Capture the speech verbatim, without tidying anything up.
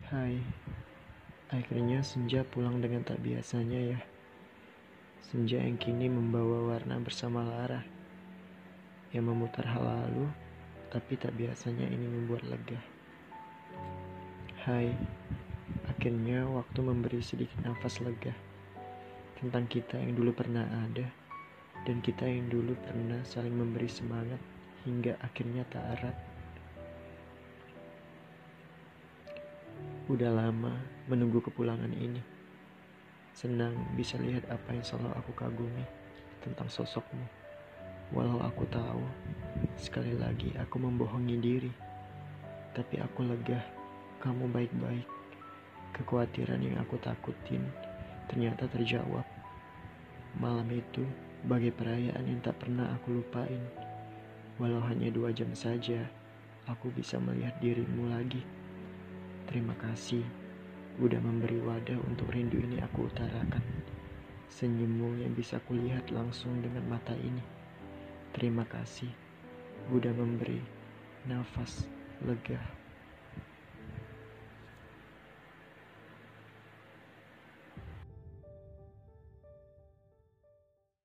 Hai, akhirnya senja pulang dengan tak biasanya ya. Senja yang kini membawa warna bersama lara, yang memutar hal lalu, tapi tak biasanya ini membuat lega. Hai, akhirnya waktu memberi sedikit nafas lega tentang kita yang dulu pernah ada, dan kita yang dulu pernah saling memberi semangat hingga akhirnya tak erat. Udah lama menunggu kepulangan ini. Senang bisa lihat apa yang selalu aku kagumi tentang sosokmu. Walau aku tahu, sekali lagi aku membohongi diri. Tapi aku lega, kamu baik-baik. Kekhawatiran yang aku takutin ternyata terjawab. Malam itu bagai perayaan yang tak pernah aku lupain. Walau hanya dua jam saja, aku bisa melihat dirimu lagi. Terima kasih udah memberi wadah untuk rindu ini aku utarakan. Senyummu yang bisa kulihat langsung dengan mata ini. Terima kasih udah memberi nafas lega.